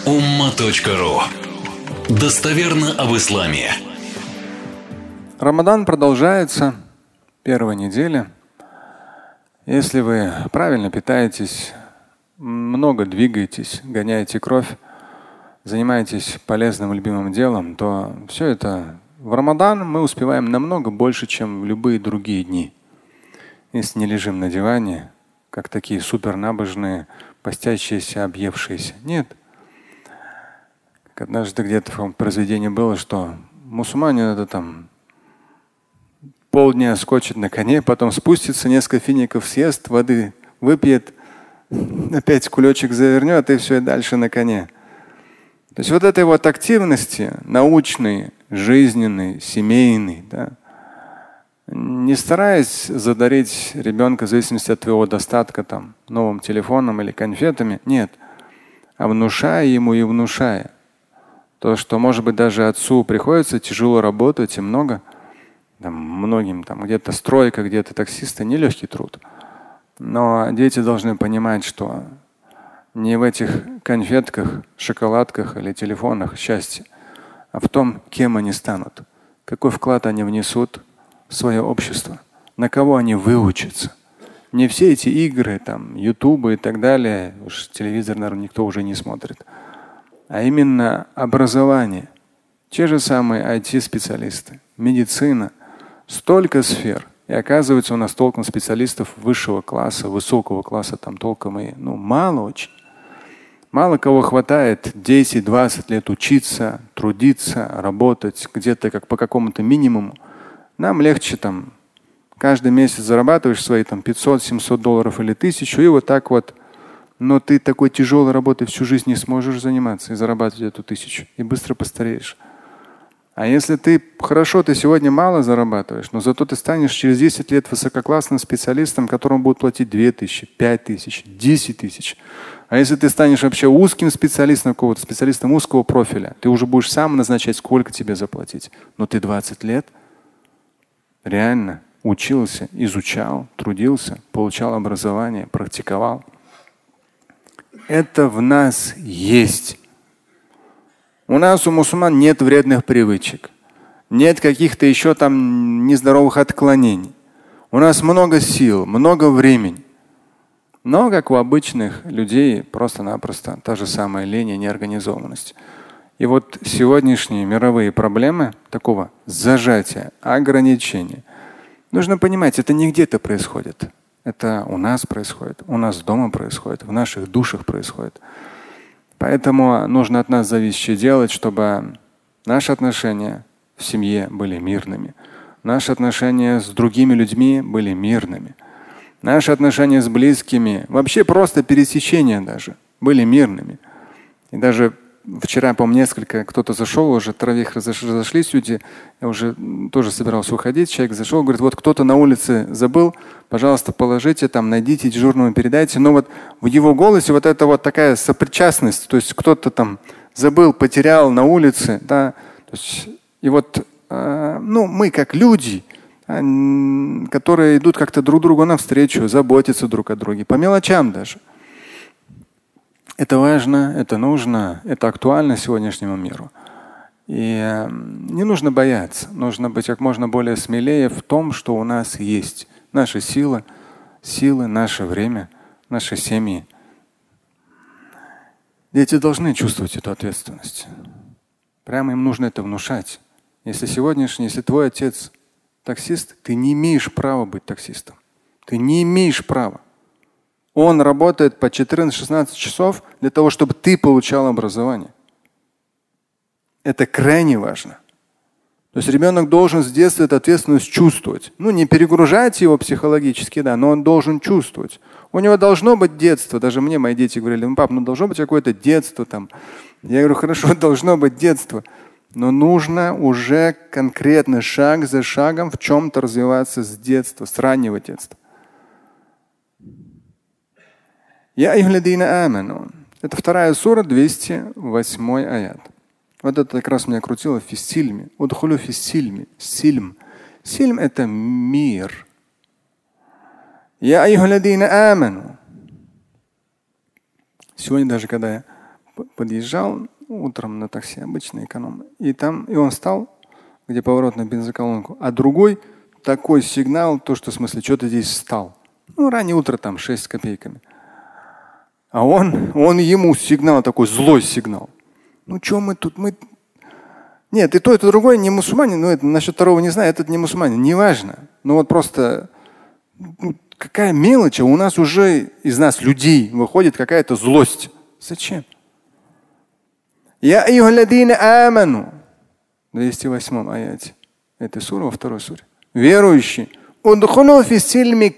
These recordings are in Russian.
umma.ru. Достоверно об исламе. Рамадан продолжается, первая неделя. Если вы правильно питаетесь, много двигаетесь, гоняете кровь, занимаетесь полезным любимым делом, то все это в Рамадан мы успеваем намного больше, чем в любые другие дни. Если не лежим на диване, как такие супернабожные, постящиеся, объевшиеся. Нет. Как однажды где-то в произведении было, что мусульманин это там полдня скочит на коне, потом спустится, несколько фиников съест, воды выпьет, опять кулечек завернет и все, и дальше на коне. То есть вот этой вот активности научной, жизненной, семейной, да, не стараясь задарить ребенка в зависимости от твоего достатка там, новым телефоном или конфетами, нет, а внушая ему и внушая. То, что, может быть, даже отцу приходится тяжело работать и много, там, многим там где-то стройка, где-то таксисты, нелегкий труд. Но дети должны понимать, что не в этих конфетках, шоколадках или телефонах счастье, а в том, кем они станут, какой вклад они внесут в свое общество, на кого они выучатся. Не все эти игры, там, ютубы и так далее, уж телевизор, наверное, никто уже не смотрит, а именно образование. Те же самые IT-специалисты, медицина, столько сфер. И оказывается, у нас толком специалистов высшего класса, высокого класса там толком и мало очень. Мало кого хватает 10-20 лет учиться, трудиться, работать где-то как по какому-то минимуму. Нам легче там каждый месяц зарабатываешь свои там $500-700 или 1000 и вот так вот. Но ты такой тяжелой работой всю жизнь не сможешь заниматься и зарабатывать эту 1000. И быстро постареешь. А если ты сегодня мало зарабатываешь, но зато ты станешь через 10 лет высококлассным специалистом, которому будут платить 2000, 5000, 10 тысяч. А если ты станешь вообще узким специалистом, какого-то специалистом узкого профиля, ты уже будешь сам назначать, сколько тебе заплатить. Но ты 20 лет реально учился, изучал, трудился, получал образование, практиковал. Это в нас есть. У нас, у мусульман, нет вредных привычек, нет каких-то еще там нездоровых отклонений. У нас много сил, много времени. Но, как у обычных людей, просто-напросто та же самая лень и неорганизованность. И вот сегодняшние мировые проблемы такого зажатия, ограничения, нужно понимать, это не где-то происходит. Это у нас происходит, у нас дома происходит, в наших душах происходит. Поэтому нужно от нас зависящее делать, чтобы наши отношения в семье были мирными, наши отношения с другими людьми были мирными, наши отношения с близкими, вообще просто пересечения даже, были мирными. И даже вчера, по-моему, кто-то зашел, уже таравих разошлись люди, я уже тоже собирался уходить, человек зашел, говорит, вот кто-то на улице забыл, пожалуйста, положите там, найдите дежурному, передайте. Но вот в его голосе вот эта вот такая сопричастность, то есть кто-то там забыл, потерял на улице, да. То есть, и вот мы как люди, которые идут как-то друг другу навстречу, заботятся друг о друге, по мелочам даже. Это важно, это нужно, это актуально сегодняшнему миру. И не нужно бояться, нужно быть как можно более смелее в том, что у нас есть. Наши силы, наше время, наши семьи. Дети должны чувствовать эту ответственность. Прямо им нужно это внушать. Если твой отец таксист, ты не имеешь права быть таксистом. Ты не имеешь права. Он работает по 14-16 часов для того, чтобы ты получал образование. Это крайне важно. То есть ребенок должен с детства эту ответственность чувствовать. Не перегружать его психологически, да, но он должен чувствовать. У него должно быть детство. Даже мне мои дети говорили, пап, должно быть какое-то детство там. Я говорю, хорошо, должно быть детство. Но нужно уже конкретно шаг за шагом в чем-то развиваться с детства, с раннего детства. Я айюхалладзина аману. Это 2 сура, 208 аят. Вот это как раз меня крутило в фиссильме. Удхулю фиссильме. Сильм. Сильм – это мир. Я айюхалладзина аману. Сегодня даже, когда я подъезжал утром на такси, обычный эконом. И он встал, где поворот на бензоколонку, а другой такой сигнал, то, что в смысле, что ты здесь встал. Ну, раннее утро, там 6 с копейками. А он ему сигнал такой, злой сигнал. Ну, что мы тут? Нет, и то, и другое не мусульманин. Ну, это насчет второго не знаю, этот не мусульманин. Неважно. Ну, вот просто какая мелочь, а у нас уже из нас, людей, выходит какая-то злость. Зачем? Я айюхалладина аману. В 208 аяте этой суры, во второй суре. Верующие. Удхулу фи сильми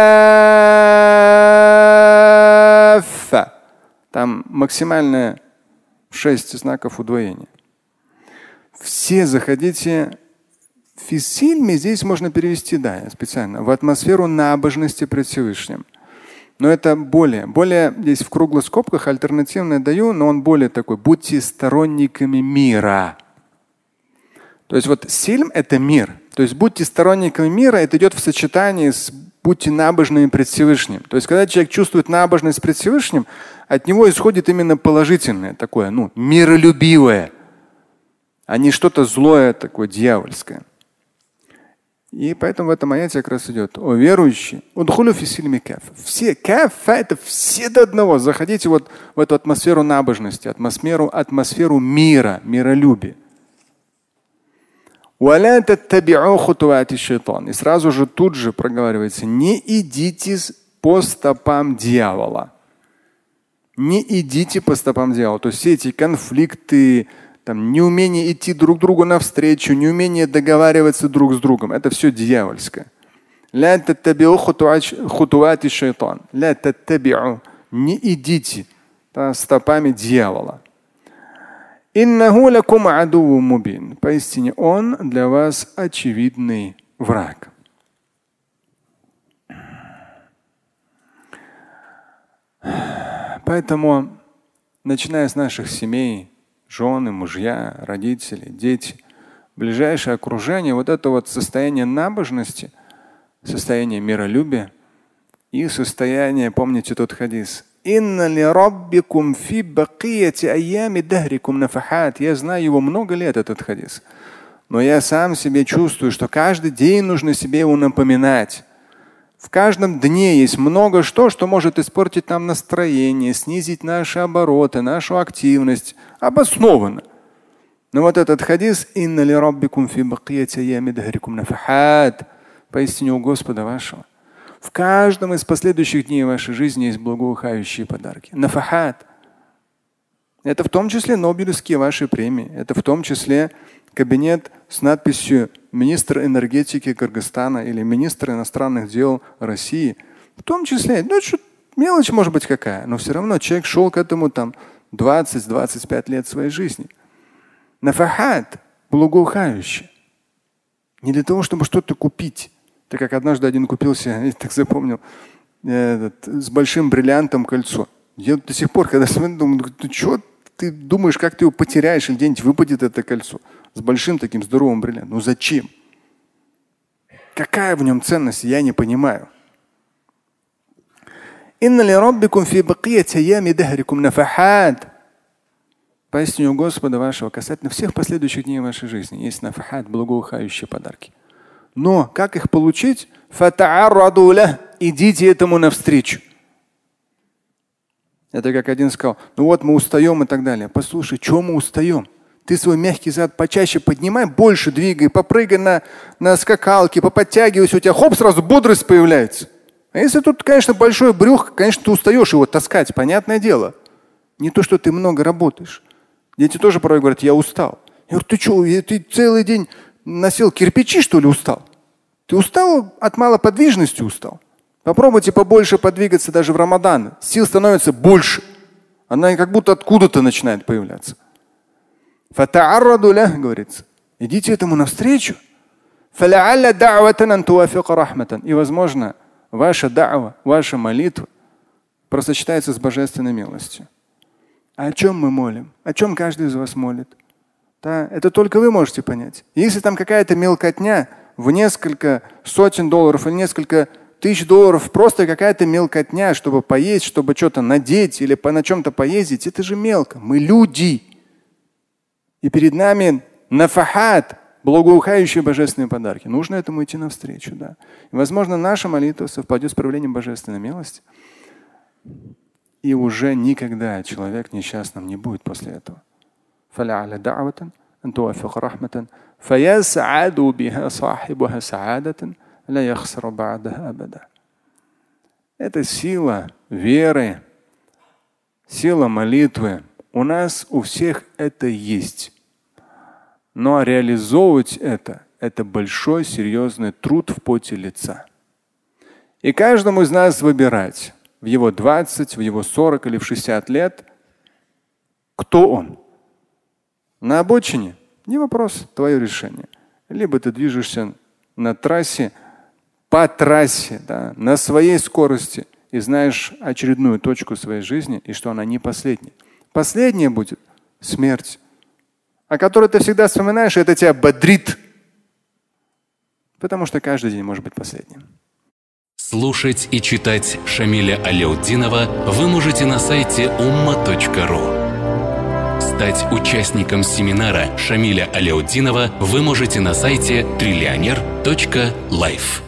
каффа. Там максимальное 6 знаков удвоения. Все заходите в сильме, здесь можно перевести, да, специально, в атмосферу набожности пред Всевышним. Но это более здесь в круглых скобках альтернативное даю, но он более такой. Будьте сторонниками мира. То есть вот сильм – это мир. То есть будьте сторонниками мира, это идет в сочетании с будьте набожными пред Всевышним. То есть когда человек чувствует набожность пред Всевышним, от него исходит именно положительное, такое, миролюбивое, а не что-то злое, такое дьявольское. И поэтому в этом аяте как раз идет: о верующие, удхулу фи сильми каффа. Все каффа – это все до одного. Заходите вот в эту атмосферу набожности, атмосферу мира, миролюбия. И сразу же тут же проговаривается: не идите по стопам дьявола. Не идите по стопам дьявола. То есть все эти конфликты, неумение идти друг другу навстречу, неумение договариваться друг с другом, это все дьявольское. Не идите стопами дьявола. Поистине он для вас очевидный враг. Поэтому, начиная с наших семей, жены, мужья, родители, дети, ближайшее окружение, вот это вот состояние набожности, состояние миролюбия и состояние, помните тот хадис, я знаю его много лет, этот хадис. Но я сам себе чувствую, что каждый день нужно себе его напоминать. В каждом дне есть много что может испортить нам настроение, снизить наши обороты, нашу активность. Обоснованно. Но вот этот хадис поистине у Господа вашего в каждом из последующих дней вашей жизни есть благоухающие подарки. Нафахат. Это в том числе Нобелевские ваши премии. Это в том числе кабинет с надписью «Министр энергетики Кыргызстана» или «Министр иностранных дел России». В том числе, мелочь может быть какая, но все равно человек шел к этому 20-25 лет своей жизни. Нафахат, благоухающий. Не для того, чтобы что-то купить. Так как однажды один купился, я так запомнил, с большим бриллиантом кольцо. Я до сих пор, когда смотрю, думаю, ты думаешь, как ты его потеряешь, или где-нибудь выпадет это кольцо с большим таким здоровым бриллиантом. Ну зачем? Какая в нем ценность, я не понимаю. Поистине у Господа вашего касательно всех последующих дней вашей жизни есть нафахат, благоухающие подарки. Но как их получить? Идите этому навстречу. Это как один сказал: мы устаем и так далее. Послушай, чего мы устаем? Ты свой мягкий зад почаще поднимай, больше двигай, попрыгай на скакалке, поподтягивайся, у тебя сразу бодрость появляется. А если тут, конечно, большой брюх, конечно, ты устаешь его таскать, понятное дело. Не то, что ты много работаешь. Дети тоже порой говорят: я устал. Я говорю: ты что, ты целый день носил кирпичи, что ли, устал? Ты устал от малоподвижности устал? Попробуйте побольше подвигаться даже в Рамадан. Сил становится больше. Она как будто откуда-то начинает появляться. Говорится. Идите этому навстречу. И, возможно, ваша да'ва, ваша молитва просочетается с божественной милостью. А о чем мы молим? О чем каждый из вас молит? Да, это только вы можете понять. Если там какая-то мелкотня в несколько сотен долларов или несколько $1000 просто какая-то мелкотня, чтобы поесть, чтобы что-то надеть или на чем-то поездить. Это же мелко. Мы люди. И перед нами нафахат, благоухающие божественные подарки. Нужно этому идти навстречу. Да. И, возможно, наша молитва совпадет с проявлением божественной милости. И уже никогда человек несчастным не будет после этого. Это сила веры, сила молитвы. У нас у всех это есть. Но реализовывать это большой серьезный труд в поте лица. И каждому из нас выбирать в его 20, в его 40 или в 60 лет, кто он. На обочине — не вопрос, твое решение. Либо ты движешься на трассе, по трассе, да, на своей скорости и знаешь очередную точку своей жизни, и что она не последняя. Последняя будет смерть, о которой ты всегда вспоминаешь, и это тебя бодрит. Потому что каждый день может быть последним. Слушать и читать Шамиля Аляутдинова вы можете на сайте umma.ru. Стать участником семинара Шамиля Аляутдинова вы можете на сайте trillioner.life.